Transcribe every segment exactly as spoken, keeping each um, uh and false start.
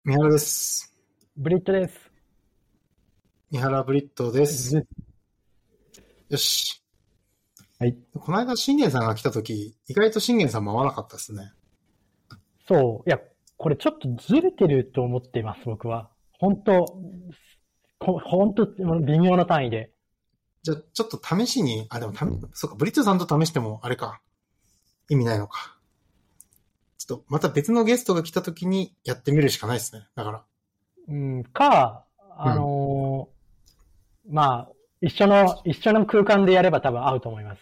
三原です。 ブリットです。 三原ブリットです。 でよし。 はい。 この間、信玄さんが来たとき、意外と信玄さんも合わなかったですね。 そう。いや、これちょっとずれてると思っています、僕は。本当こ本当微妙な単位で。 じゃあ、ちょっと試しに、あ、でも、たそうか、ブリットさんと試しても、あれか。意味ないのか。ちょっと、また別のゲストが来たときにやってみるしかないですね。だから。 うん、か、あのーまあ、一緒の、一緒の空間でやれば多分合うと思います。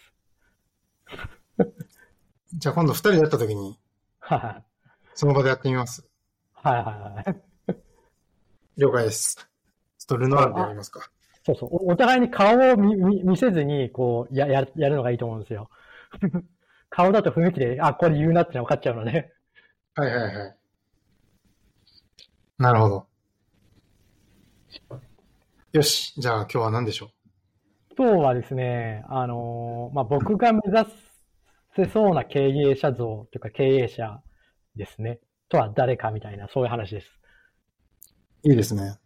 じゃあ今度二人でやったときに、 はいはい。 その場でやってみます。 はいはいはい。 了解です。ちょっとルノワールでやりますか。 そうそう。お、お互いに顔を見、見見せずに、こう、や、や、やるのがいいと思うんですよ。顔だと雰囲気で、あ、これ言うなっての分かっちゃうので。 はいはいはい。なるほど。よし。じゃあ今日は何でしょ今日はですね、あのーまあ、僕が目指せそうな経営者像というか経営者ですね。とは誰かみたいな、そういう話です。 う。いいですね。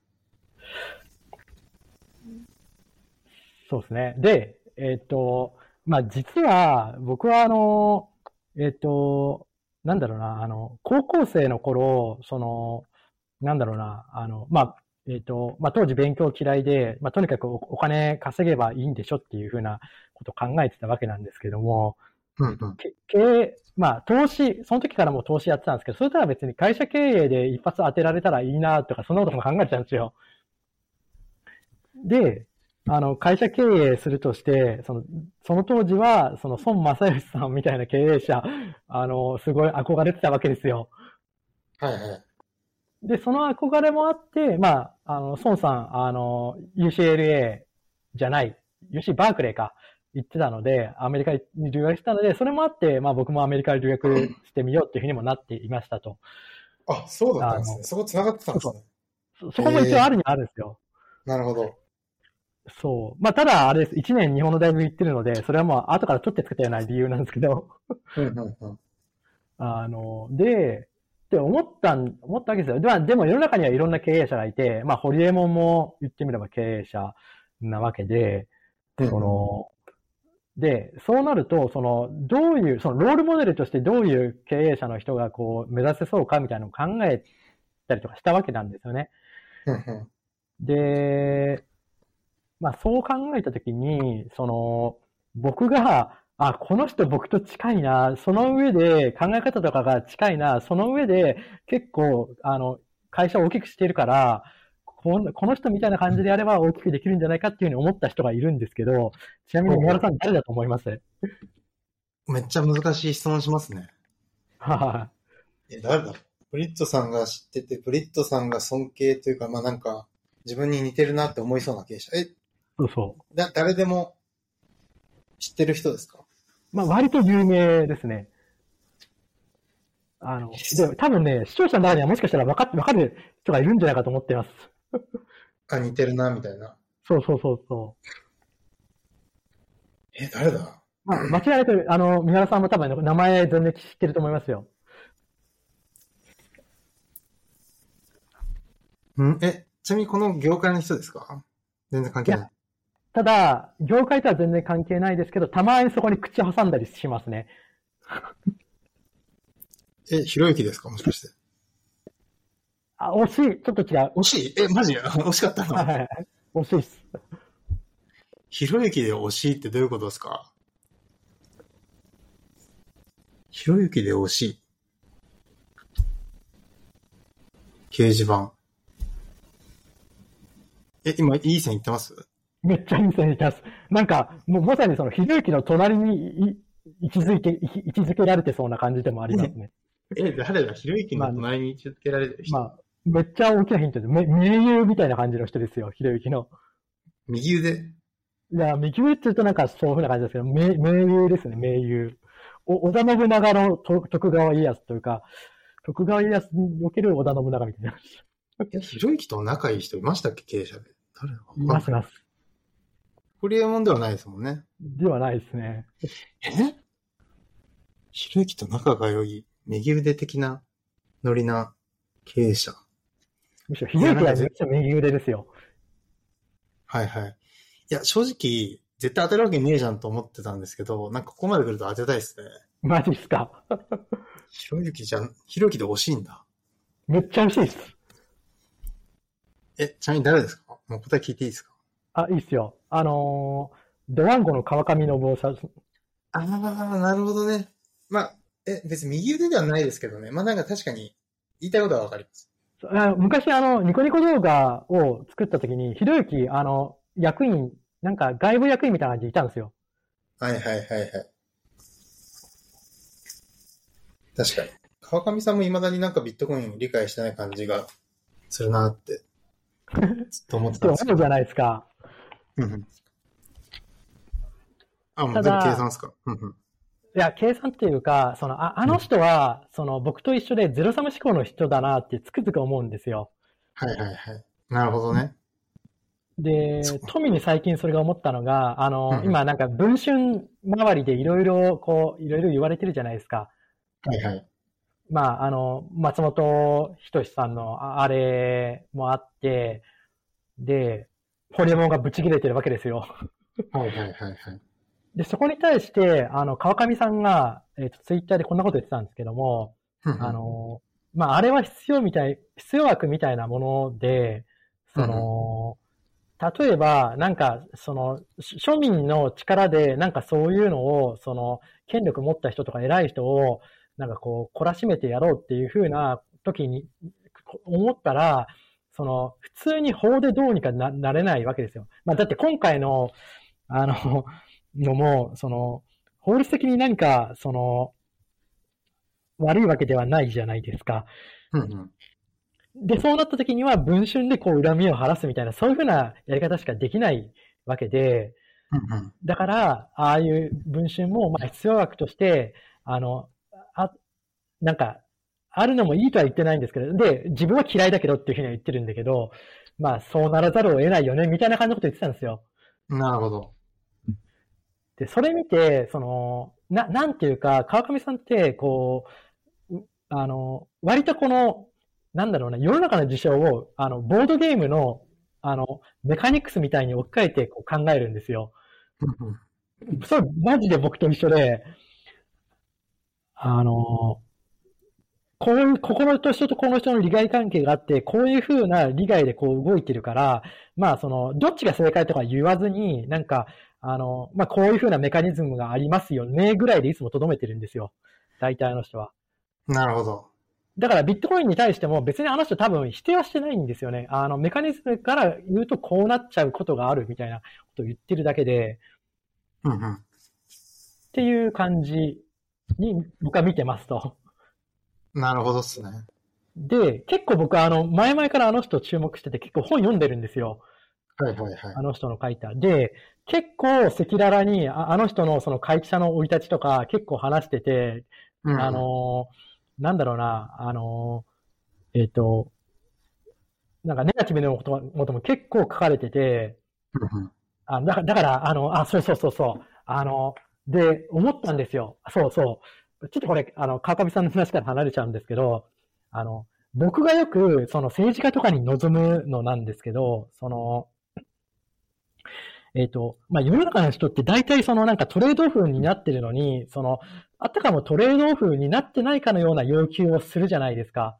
そうですね。で、えっと、まあ、実は、僕はあの、えっと、なんだろうな、あの、高校生の頃、その、なんだろうな、あの、まあ、えっと、まあ、当時勉強嫌いで、まあ、とにかくおお金稼げばいいんでしょっていうふうなことを考えてたわけなんですけども、えっと、 うんうん。 け経営、まあ、投資、その時からもう投資やってたんですけど、それとは別に会社経営で一発当てられたらいいなとか、そんなことも考えてたんですよ。で、あの、会社経営するとして、その、その当時は、その孫正義さんみたいな経営者、あの、すごい憧れてたわけですよ。 はいはい。 で、その憧れもあって、まあ、あの、孫さん、あの、ユーシーエルエー じゃない、ユーシー バークレーか、行ってたので、アメリカに留学してたので、それもあって、まあ僕もアメリカに留学してみようっていうふうにもなっていましたと。 あ、そうだったんあの、 ですね。そこ繋がってたんそうそですね。 う。そこもへえ、 一応あるにはあるんですよ。 なるほど。 そう。まあ、ただ、あれです。一年日本の大学行ってるので、それはもう後から取ってつけたような理由なんですけど、 うんうんうん。 あの、で、って思ったん、思ったわけですよ。では、でも世の中にはいろんな経営者がいて、まあ、ホリエモンも言ってみれば経営者なわけで、 うんうん。 その、で、そうなると、その、どういう、そのロールモデルとしてどういう経営者の人がこう、目指せそうかみたいなのを考えたりとかしたわけなんですよね。 うんうん。 で、まあそう考えたときに、その、僕が、あ、この人僕と近いな、その上で考え方とかが近いな、その上で結構、あの、会社を大きくしているから、このこの人みたいな感じでやれば大きくできるんじゃないかっていうふうに思った人がいるんですけど、ちなみにほうほ宮原さん誰だと思います？ う。めっちゃ難しい質問しますね。 はえ、誰だブリットさんが知ってて、ブリットさんが尊敬というか、まあなんか、自分に似てるなって思いそうな経営者。え、 そうそだ、誰でも知ってる人ですか？ う。まあ割と有名ですね。あの、で、多分ね、視聴者の中にはもしかしたら分かって、分かる人がいるんじゃないかと思っています。 あ、似てるな、みたいな。 そうそうそうそう。 え、誰だ？ まあ、間違いなく、あの、三原さんも多分名前全然知ってると思いますよ。 んえ、ちなみにこの業界の人ですか？全然関いや、 係ない。 ただ、業界とは全然関係ないですけど、たまにそこに口挟んだりしますね。 え、ひろゆきですかもしかして。 あ、惜しい。ちょっと違う。 惜しいえ、マジ惜しかったの？ はいはいはい。惜しいっす。 ひろゆきで惜しいってどういうことですか？ひろゆきで惜しい。掲示板。え、今、いい線いってます？ めっちゃいい線いきます。なんか、もうまさにその、ひろゆきの隣にい位置づけ、位置づけられてそうな感じでもありますね。 え、誰だひろゆきのまあ、 隣に位置づけられてる人。 まあ、めっちゃ大きなヒントで、め名優みたいな感じの人ですよ、ひろゆきの。 右腕。 いや、右上って言うとなんかそういうふうな感じですけど、名、名優ですね、名優。お、織田信長のと徳川家康というか、徳川家康における織田信長みたいな。 え、ひろゆきと仲いい人いましたっけ経営者で。誰だいわかんない。 ますいます。 ホリエモンではないですもんね。 ではないですね。 えひろゆきと仲が良い、右腕的なノリな経営者。 むしろ、ひろゆきはめっちゃ右腕ですよ。 はいはい。いや、正直、絶対当てるわけねえじゃんと思ってたんですけど、なんかここまで来ると当てたいですね。 マジっすか。 ひろゆきじゃん、ひろゆきで惜しいんだ。 めっちゃ惜しいっす。 え、ちなみに誰ですか？もう答え聞いていいですか？ あ、いいっすよ。あのー、ドワンゴの川上信夫さん。 ああ、なるほどね。まあ、え、別に右腕ではないですけどね。まあなんか確かに言いたいことはわかります。 あ昔、あの、ニコニコ動画を作った時に、ひろゆき、あの、役員、なんか外部役員みたいな感じでいたんですよ。 はいはいはいはい。確かに。川上さんも未だになんかビットコイン理解してない感じがするなって、ずっと思ってたんですけど。 そう思うじゃないですか。 あ、もう全部計算ですか？ いや、計算っていうか、その、あ、あの人は、うん、その、僕と一緒でゼロサム思考の人だなってつくづく思うんですよ。 はいはいはい。なるほどね。 で、富に最近それが思ったのが、あの、 うんうん、 今なんか文春周りでいろいろ、こう、いろいろ言われてるじゃないですか。 はいはい。 まあ、あの、松本人志さんのあれもあって、で、ホリエモンがブチ切れてるわけですよ。 はいはいはいはい。 で、そこに対して、あの、川上さんが、えっと、ツイッターでこんなこと言ってたんですけども、あの、まあ、あれは必要みたい、必要悪みたいなもので、その、例えば、なんか、その、庶民の力で、なんかそういうのを、その、権力持った人とか偉い人を、なんかこう、懲らしめてやろうっていう風な時に、思ったら、その、普通に法でどうにか な, なれないわけですよ。まあ、だって今回の、あの、のも、その、法律的に何か、その、悪いわけではないじゃないですか。 うんうん、 で、そうなった時には文春でこう恨みを晴らすみたいな、そういうふうなやり方しかできないわけで、 うんうん、 だから、ああいう文春も、まあ、必要枠として、あの、あ、なんか、あるのもいいとは言ってないんですけど、で、自分は嫌いだけどっていうふうには言ってるんだけど、まあ、そうならざるを得ないよね、みたいな感じのこと言ってたんですよ。 なるほど。 で、それ見て、その、な、なんていうか、川上さんって、こう、あの、割とこの、なんだろうな、世の中の事象を、あの、ボードゲームの、あの、メカニクスみたいに置き換えてこう考えるんですよ。それ、マジで僕と一緒で、あの、こういう、ここの人とこの人の利害関係があって、こういう風な利害でこう動いてるから、まあその、どっちが正解とか言わずに、なんか、あの、まあこういう風なメカニズムがありますよね、ぐらいでいつも留めてるんですよ。大体の人は。 なるほど。 だからビットコインに対しても別にあの人多分否定はしてないんですよね。あの、メカニズムから言うとこうなっちゃうことがあるみたいなことを言ってるだけで、 うんうん、 っていう感じに僕は見てますと。 なるほどっすね。 で、結構僕はあの、前々からあの人注目してて結構本読んでるんですよ。 はいはいはい。 あの人の書いた。で、結構赤裸々にあ、あの人のその会社の生い立ちとか結構話してて、うん、あの、なんだろうな、あの、えっと、なんかネガティブなことも結構書かれてて、 うん、 あだから、だから、あの、あ、そうそうそうそう、あの、で、思ったんですよ。そうそう。ちょっとこれ、あの、川上さんの話から離れちゃうんですけど、あの、僕がよく、その政治家とかに望むのなんですけど、その、えっと、まあ、世の中の人って大体そのなんかトレードオフになってるのに、その、あたかもトレードオフになってないかのような要求をするじゃないですか。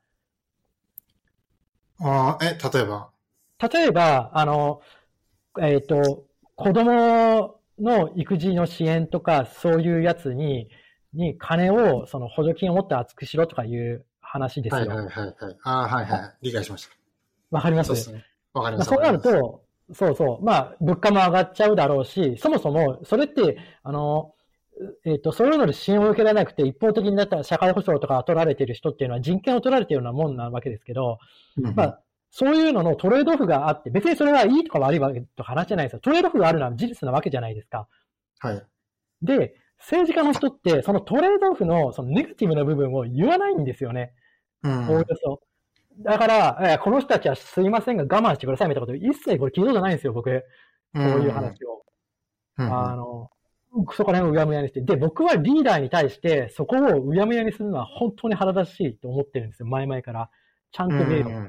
ああ、え、例えば例えば、あの、えっと、子供の育児の支援とか、そういうやつに、に金を、その補助金を持って厚くしろとかいう話ですよ。 はいはいはいはい。ああ、はいはい。理解しました。 わかります？ そうですね。わかります。 そうなると、そうそう。まあ、物価も上がっちゃうだろうし、そもそも、それって、あの、えっと、そういうので支援を受けられなくて、一方的になったら社会保障とか取られている人っていうのは人権を取られているようなもんなわけですけど、うん、まあ、そういうののトレードオフがあって、別にそれはいいとか悪いわけとか話じゃないですよ。トレードオフがあるのは事実なわけじゃないですか。 はい。 で、政治家の人って、そのトレードオフのそのネガティブな部分を言わないんですよね。うん。おおよそ。だから、えこの人たちはすいませんが我慢してくださいみたいなこと一切これ聞いたことないんですよ、僕。こういう話を。うん、あの、そこら辺をうやむやにして。で、僕はリーダーに対して、そこをうやむやにするのは本当に腹立たしいと思ってるんですよ、前々から。ちゃんと見えよ。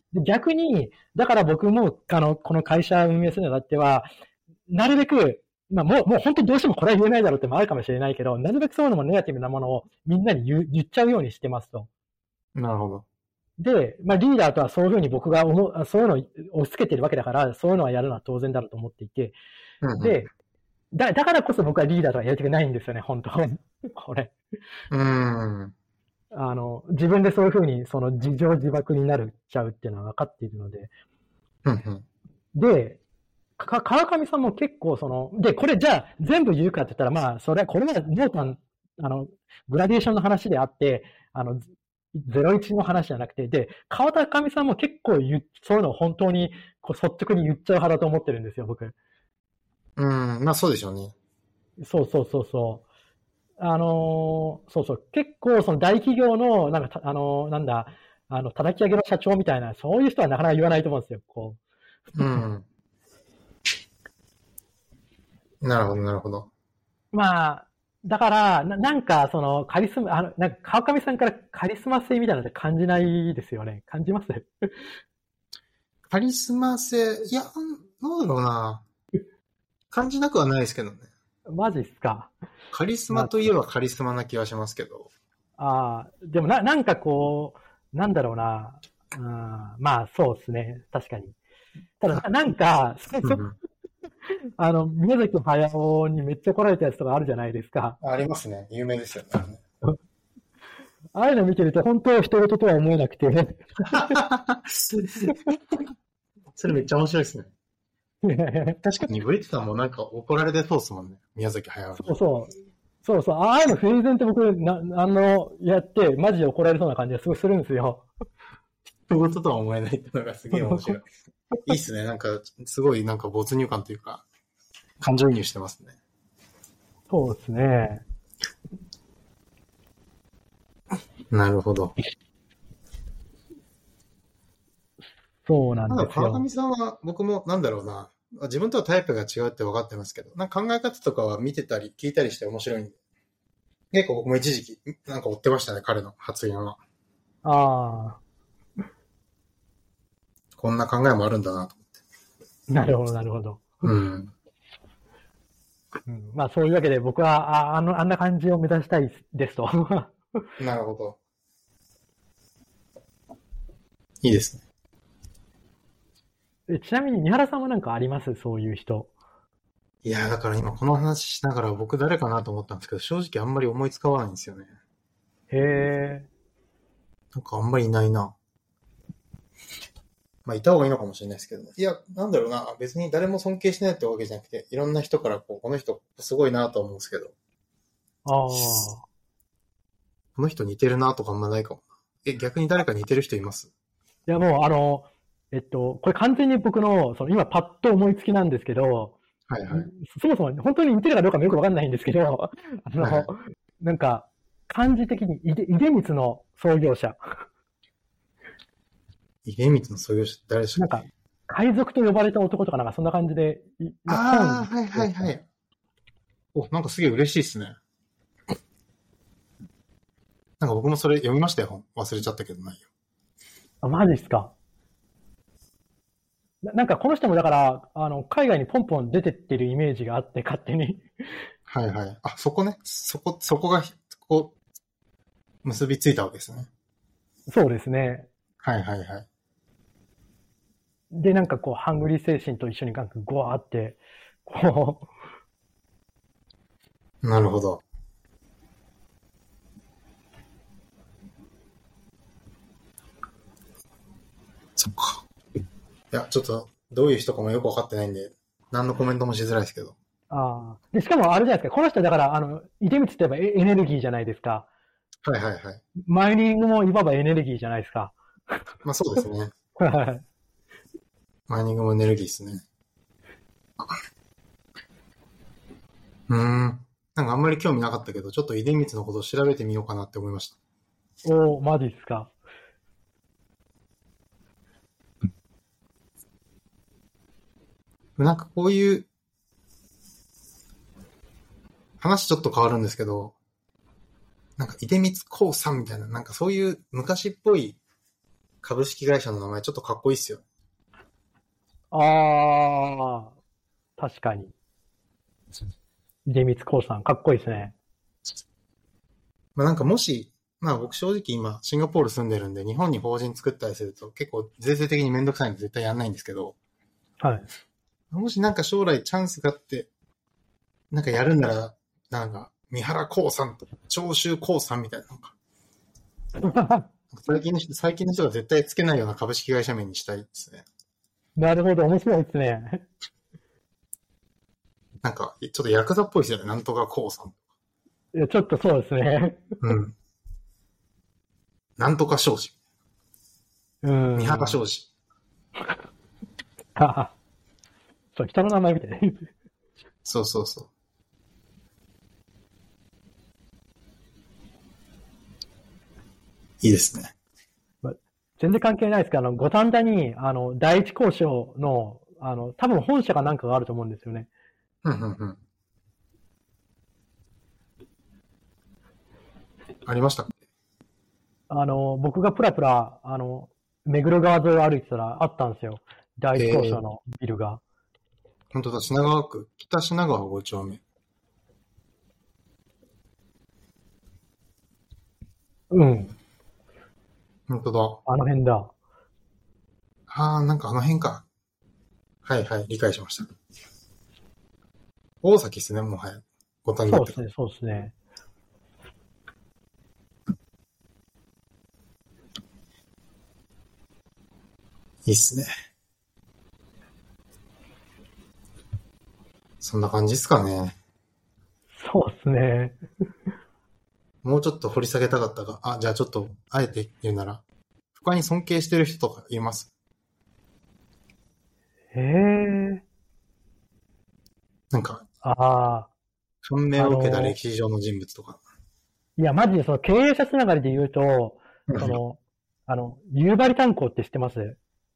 で逆に、だから僕も、あの、この会社運営するにあたっては、なるべく、まあもう、もう本当にどうしてもこれは言えないだろうってもあるかもしれないけど、なるべくそういうのもネガティブなものをみんなに言言っちゃうようにしてますと。 なるほど。 で、まあリーダーとはそういうふうに僕が思う、そういうのを押し付けてるわけだから、そういうのはやるのは当然だろうと思っていて、 うんうん、 で、だ、だからこそ僕はリーダーとはやりたくないんですよね、本当これ。 うーん。 あの、自分でそういうふうに、その自情自爆になるちゃうっていうのは分かっているので。 うんうん。 で、か、川上さんも結構その、で、これじゃあ全部言うかって言ったら、まあ、それは、これは濃淡、あの、グラデーションの話であって、あの、ゼロイチの話じゃなくて、で、川上さんも結構言う、そういうのを本当に、こう、率直に言っちゃう派だと思ってるんですよ、僕。 うん、まあそうでしょうね。 そうそうそうそう。あのーそうそう、結構その大企業の、なんかた、あのーなんだ、あの、叩き上げの社長みたいな、そういう人はなかなか言わないと思うんですよ、こうん。なるほど、なるほど。 う。まあ、だから、な、なんか、その、カリスマ、あの、なんか、川上さんからカリスマ性みたいなのって感じないですよね。感じますカリスマ性、いや、どうだろうな。感じなくはないですけどね。 マジっすか。 カリスマまといえばカリスマな気はしますけど。 あ、あーでもな、なんかこう、なんだろうな。うん、まあ、そうですね。確かに。ただ、ななんか、そそうんうん、 あの、宮崎駿にめっちゃ来られたやつとかあるじゃないですか。 ありますね。有名ですよね。 ああいうの見てると本当人事とは思えなくてそれめっちゃ面白いですね。確かにブリッツさんもなんか怒られてそうですもんね。宮崎駿に。 そうそう。そうそう。ああいうの平然って僕、な、あの、やって、マジで怒られそうな感じがすごいするんですよ。 そういうこととは思えないってのがすげえ面白い。いいっすね。なんか、すごいなんか没入感というか、感情移入してますね。 そうですね。 なるほど。 そうなんただ、 ですよ。 川上さんは僕もなんだろうな。自分とはタイプが違うって分かってますけど、なんか考え方とかは見てたり聞いたりして面白いんで。結構僕も一時期、なんか追ってましたね、彼の発言は。 ああ、 こんな考えもあるんだなと。 なるほど、なるほど。 うん。 うん、まあ、そういうわけで僕は、あ、あの、あんな感じを目指したいですと。 なるほど。いいですね。 えちなみに、三原さんはなんかありますそういう人。 いやーだから今この話しながら僕誰かなと思ったんですけど、正直あんまり思いつかわないんですよね。 へえ。 なんかあんまりいないな。まあいた方がいいのかもしれないですけど。いや、なんだろうな。別に誰も尊敬しないってわけじゃなくて、いろんな人からこう、この人すごいなと思うんですけど、 ああ。 この人似てるなとかあんまないかもな。え、逆に誰か似てる人います？ いや、もう、あの、えっと、これ完全に僕の、その、今パッと思いつきなんですけど、 はいはい。 そもそも本当に似てるかどうかもよくわかんないんですけど、あの、 はいはい。 なんか、漢字的に出光の創業者。 出光のそういう人誰でしたなんか、 っけ？ 海賊と呼ばれた男とかなんかそんな感じで、いなんか本ああー、はいはいはい。お、なんかすげえ嬉しいっすね。なんか僕もそれ読みましたよ、本。忘れちゃったけどないよ。 あ、マジっすか。ななんかこの人もだから、あの、海外にポンポン出てってるイメージがあって、勝手に。 はいはい。あ、そこね。そこ、そこが、こう、結びついたわけですね。 そうですね。 はいはいはい。 で、なんかこう、ハングリー精神と一緒になんかゴワーって、こなるほど。そっか。いや、ちょっと、どういう人かもよくわかってないんで、何のコメントもしづらいですけど。 う、ああ。で、しかもあれじゃないですか。この人だから、あの、出光って言えばエエネルギーじゃないですか。 はいはいはい。 マイニングもいわばエネルギーじゃないですか。 まあそうですね。 はい。 マイニングもエネルギーですね。うーん。なんかあんまり興味なかったけど、ちょっと出光のことを調べてみようかなって思いました。 おー、マジっすか。 なんかこういう話ちょっと変わるんですけど、なんか出光興産みたいな、なんかそういう昔っぽい株式会社の名前ちょっとかっこいいっすよ。 ああ、確かに。出光興産、かっこいいですね。 まあなんかもし、まあ僕正直今シンガポール住んでるんで日本に法人作ったりすると結構税制的にめんどくさいんで絶対やんないんですけど、 はい。 もしなんか将来チャンスがあって、なんかやるんなら、なんか三原興産とか長州興産みたいなのか。最近の人、最近の人が絶対つけないような株式会社名にしたいですね。 なるほど、面白いですね。 なんか、ちょっとヤクザっぽいですよね。なんとか興産。 いや、ちょっとそうですね。 うん。なんとか商事。 うん。 三原商事。 あそう、人の名前みたいな。 そうそうそう。いいですね。 全然関係ないですけど、あの、五反田に、あの、第一交渉の、あの、多分本社かなんかがあると思うんですよね。 うんうんうん。ありましたっけ？ あの、僕がプラプラ、あの、目黒川沿いを歩いてたらあったんですよ。第一交渉のビルが。 本当だ、品川区、北品川ご丁目。 うん。 本当だ。 あの辺だ。 あー、なんかあの辺か。はいはい、理解しました。大崎ですね、もはや。五反田ってか。 そうですね、そうですね。 いいっすね。そんな感じっすかね。 そうですね。 もうちょっと掘り下げたかったが、あ、じゃあちょっと、あえて言うなら、他に尊敬してる人とかいます？ へえ。 なんか、 ああ、 感銘を受けたあの、 歴史上の人物とか。 いや、マジでその経営者つながりで言うと、 うん。 その、あの、夕張炭鉱って知ってます？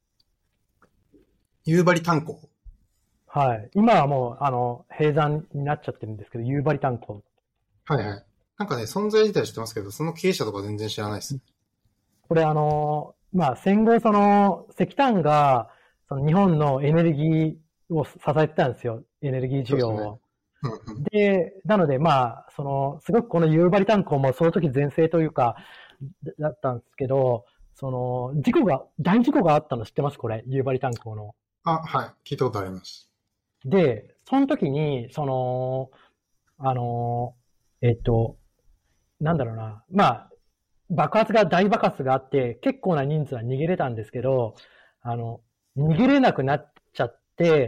夕張炭鉱。 はい。今はもう、あの、閉山になっちゃってるんですけど、夕張炭鉱。 はいはい。なんかね、存在自体は知ってますけど、その経営者とか全然知らないです。 これあの、まあ、戦後その、石炭が、その日本のエネルギーを支えてたんですよ。エネルギーそうですね。 需要を。 うんうん。 で、なのでまあ、その、すごくこの夕張炭鉱もその時全盛というか、だったんですけど、その、事故が、大事故があったの知ってますこれ、夕張炭鉱の。 あ、はい。聞いたことあります。 で、その時に、その、あの、えっと、なんだろうな。まあ、爆発が、大爆発があって、結構な人数は逃げれたんですけど、あの、逃げれなくなっちゃって、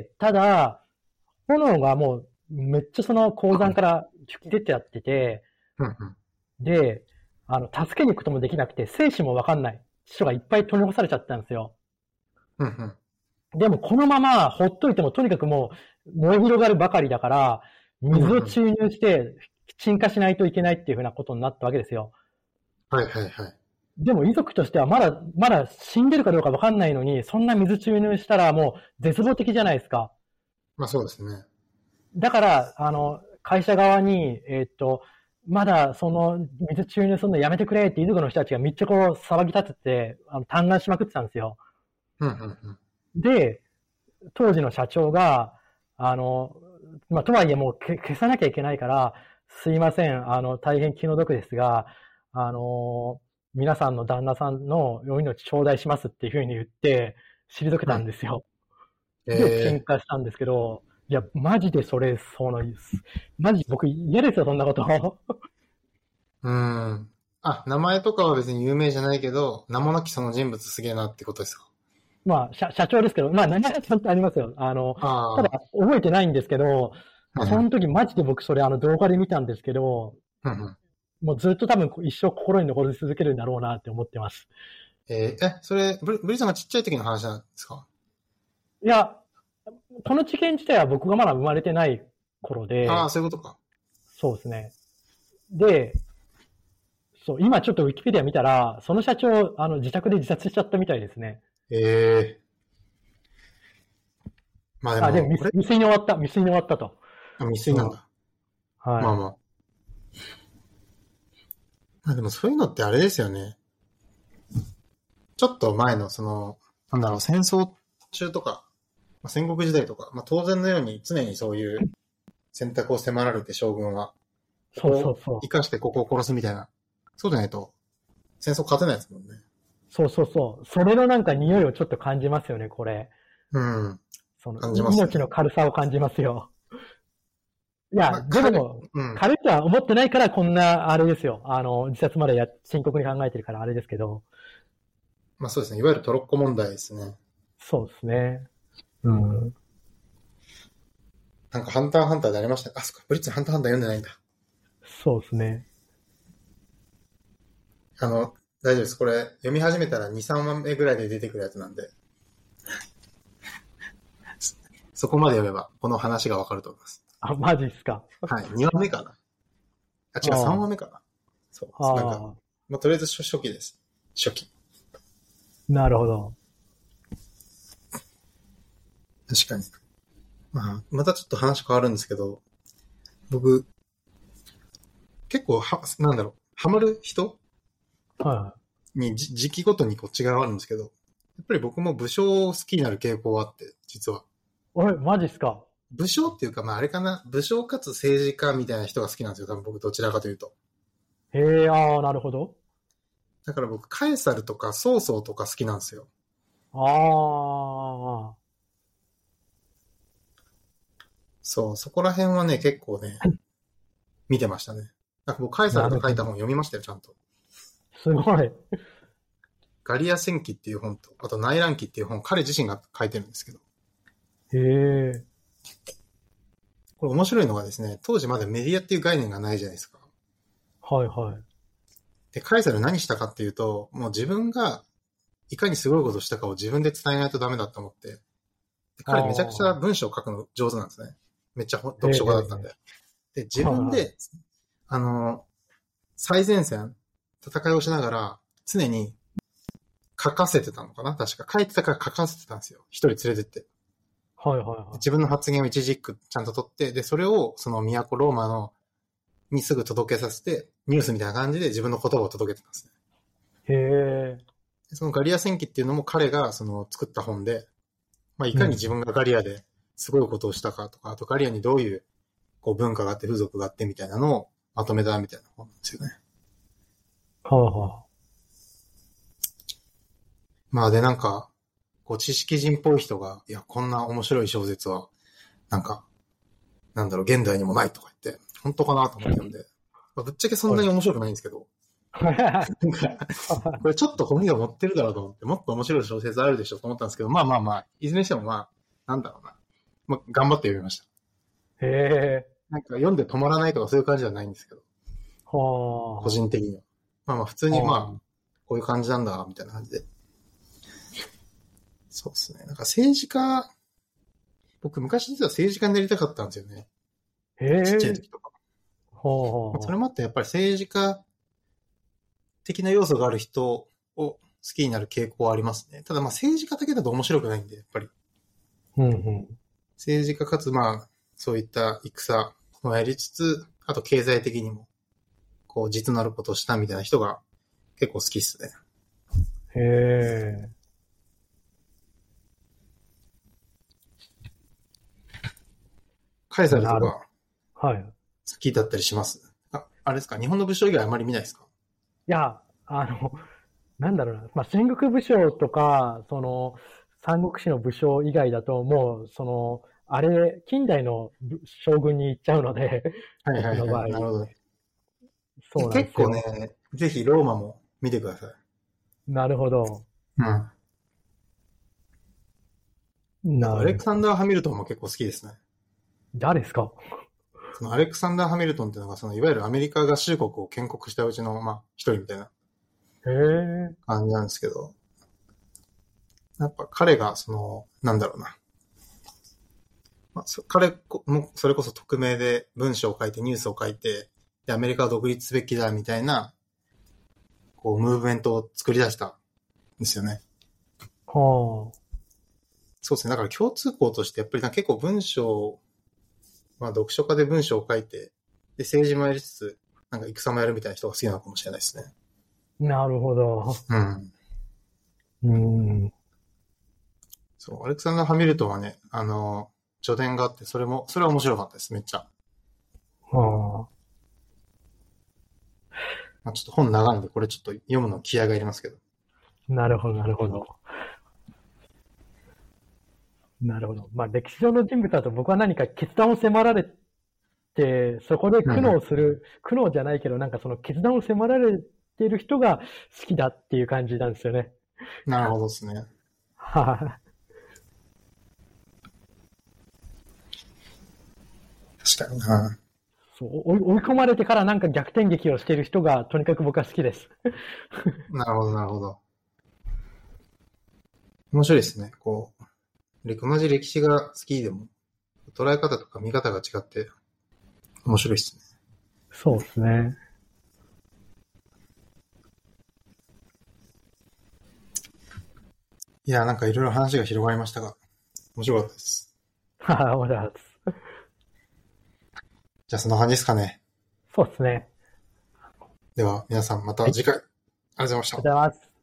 ただ、炎がもう、めっちゃその鉱山から吹き出てやってて、 うんうん。 で、あの、助けに行くこともできなくて、生死もわかんない人がいっぱい取り残されちゃったんですよ。 うんうん。 でもこのままほっといてもとにかくもう燃え広がるばかりだから、水を注入して鎮火しないといけないっていうふうなことになったわけですよ。 はいはいはい。 でも遺族としてはまだ、まだ死んでるかどうかわかんないのに、そんな水注入したらもう絶望的じゃないですか。 まあそうですね。 だから、あの、会社側に、えーっと、まだその水注入するのやめてくれって遺族の人たちがめっちゃこう騒ぎ立てて、あの、嘆願しまくってたんですよ。 うんうんうん。 で、当時の社長が、あの、まあ、とはいえもう消さなきゃいけないから、すいません、あの、大変気の毒ですが、あの、皆さんの旦那さんのお命頂戴しますっていうふうに言って、退けたんですよ。で、鎮え火したんですけど、いや、マジでそれ、その、マジ僕嫌ですよ、そんなこと。 ー、うーん。あ、名前とかは別に有名じゃないけど、名もなきその人物すげえなってことですか？ まあ、社、社長ですけど、まあ、名前はちゃんとありますよ。あの、ただ、 あ覚えてないんですけど、 あ、はいはい。 その時マジで僕それあの動画で見たんですけど、 うんうん。 もうずっと多分一生心に残り続けるんだろうなって思ってます。 えー、え、それ、ブリ、ブリさんがちっちゃい時の話なんですか？ いや、この事件自体は僕がまだ生まれてない頃ああー、 で、 そういうことか。 そうですね。で、そう、今ちょっとウィキペディア見たら、その社長、あの、自宅で自殺しちゃったみたいですね。 ええー、まあであ、でもも、これ、 未未遂に終わった、未遂に終わったと。 あ、未遂うん。 なんだ。まはい。 あまあ。まあでもそういうのってあれですよね。 ちょっと前のその、なんだろう、戦争中とか、まあ、戦国時代とか、まあ、当然のように常にそういう選択を迫られて将軍は、 そうそうそう。 生かしてここを殺すみたいな。そうじゃないと、戦争勝てないですもんね。 そうそうそう。それのなんか匂いをちょっと感じますよね、これ。 うん。 その、 感じますね。 命の軽さを感じますよ。いや、 まあ、 でも、 うん、 軽いとは思ってないからこんな、あれですよ。あの、自殺までや、深刻に考えてるからあれですけど。 まあそうですね。いわゆるトロッコ問題ですね。 そうですね。うん。 なんかハンターハンターでありましたね。あ、そっか。ブリッツハンターハンター読んでないんだ。 そうですね。 あの、大丈夫です。これ、読み始めたらに、さんわめぐらいで出てくるやつなんで。そこまで読めば、この話がわかると思います。 あ、マジっすか。 はい。にわめかな。あ、違う、さんわめかな。そう。 あなんか、まあ、とりあえず初初期です。初期。 なるほど。 確かに。まあ、またちょっと話変わるんですけど、僕、結構は、なんだろう、ハマる人はにじ時期ごとにこっ違いはあるんですけど、やっぱり僕も武将を好きになる傾向はあって、実は。 い。おい、マジっすか。 武将っていうか、まああれかな、武将かつ政治家みたいな人が好きなんですよ、多分僕どちらかというと。 へえ、ああ、なるほど。 だから僕、カエサルとか曹操とか好きなんですよ。 ああ、 そう、そこら辺はね、結構ね、見てましたね。なんか僕、カエサルが書いた本読みましたよ、ちゃんと。 すごい。 ガリア戦記っていう本と、あと内乱記っていう本、彼自身が書いてるんですけど。 へえ。 これ面白いのがですね、当時まだメディアっていう概念がないじゃないですか。 はいはい。 で、カエサル何したかっていうと、もう自分がいかにすごいことをしたかを自分で伝えないとダメだと思って、で彼めちゃくちゃ文章を書くの上手なんですね。めっちゃ読書家だったんで。で、自分で、あの、最前線、戦いをしながら、常に書かせてたのかな確か。書いてたから書かせてたんですよ。一人連れてって。 はいはいはい。 自分の発言を一字一句ちゃんと取って、で、それをその都ローマの、にすぐ届けさせて、ニュースみたいな感じで自分の言葉を届けてたんですね。 へえ。 そのガリア戦記っていうのも彼がその作った本で、まあ、いかに自分がガリアですごいことをしたかとか、あとガリアにどういうこう文化があって風俗があってみたいなのをまとめたみたいな本なんですよね。 はあはあ。 まあでなんか、こう知識人っぽい人が、いや、こんな面白い小説は、なんか、なんだろう、現代にもないとか言って、本当かなと思って読んで、まあ、ぶっちゃけそんなに面白くないんですけど、なんか、これちょっと本気が持ってるだろうと思って、もっと面白い小説あるでしょと思ったんですけど、まあまあまあ、いずれにしてもまあ、なんだろうな。まあ、頑張って読みました。 へえ。 なんか読んで止まらないとかそういう感じじゃないんですけど、 はあ。 個人的には。まあまあ普通にまあ、こういう感じなんだ、みたいな感じで。そうですね。なんか政治家、僕昔実は政治家になりたかったんですよね。 へえ。 ちっちゃい時とか。 はあ。 それもあってやっぱり政治家的な要素がある人を好きになる傾向はありますね。ただまあ政治家だけだと面白くないんで、やっぱり。 うんうん。 政治家かつまあ、そういった戦をやりつつ、あと経済的にも、こう実のあることをしたみたいな人が結構好きっすね。 へえ。 カエサルとかはい。 好きだったりします？あ、あれですか？日本の武将以外あまり見ないですか？ いや、あの、なんだろうな。まあ、戦国武将とか、その、三国志の武将以外だと、もう、その、あれ、近代の武将軍に行っちゃうので、 はいはいはい。 僕の場合。 なるほど。 そうなんで結構すよ。 ね、ぜひローマも見てください。 なるほど。 うん。あと、アレクなるほど。 サンダー・ハミルトンも結構好きですね。 誰ですか？ そのアレクサンダー・ハミルトンっていうのが、そのいわゆるアメリカ合衆国を建国したうちの、まあ、一人みたいなへえ。 感じなんですけど、やっぱ彼が、その、なんだろうな。まあ、彼もそれこそ匿名で文章を書いてニュースを書いて、で、アメリカは独立すべきだみたいな、こう、ムーブメントを作り出したんですよね。 はあ。 そうですね。だから共通項として、やっぱり結構文章、まあ、読書家で文章を書いて、で、政治もやりつつ、なんか戦もやるみたいな人が好きなのかもしれないですね。 なるほど。 うん。 うん。 そう、アレクサンダー・ハミルトンはね、あの、著伝があって、それも、それは面白かったです、めっちゃ。 あまあ、ちょっと本長いんで、これちょっと読むの気合がいりますけど。 あ、なるほど、なるほど。なるほど。まあ、歴史上の人物だと僕は何か決断を迫られて、そこで苦うんうん。 悩する、苦悩じゃないけど、なんかその決断を迫られている人が好きだっていう感じなんですよね。 なるほどですね。 はい。 確かにな。 そう追い追い込まれてからなんか逆転劇をしている人がとにかく僕は好きです。 なるほど、なるほど。面白いですね。こう、同じ歴史が好きでも、捉え方とか見方が違って面白いですね。 そうですね。 いや、なんかいろいろ話が広がりましたが、面白かったです。 はい、思います。 じゃあそんな感じですかね。 そうですね。 では皆さんまはい、ありた次回、ありがとうございました。 がとうございます。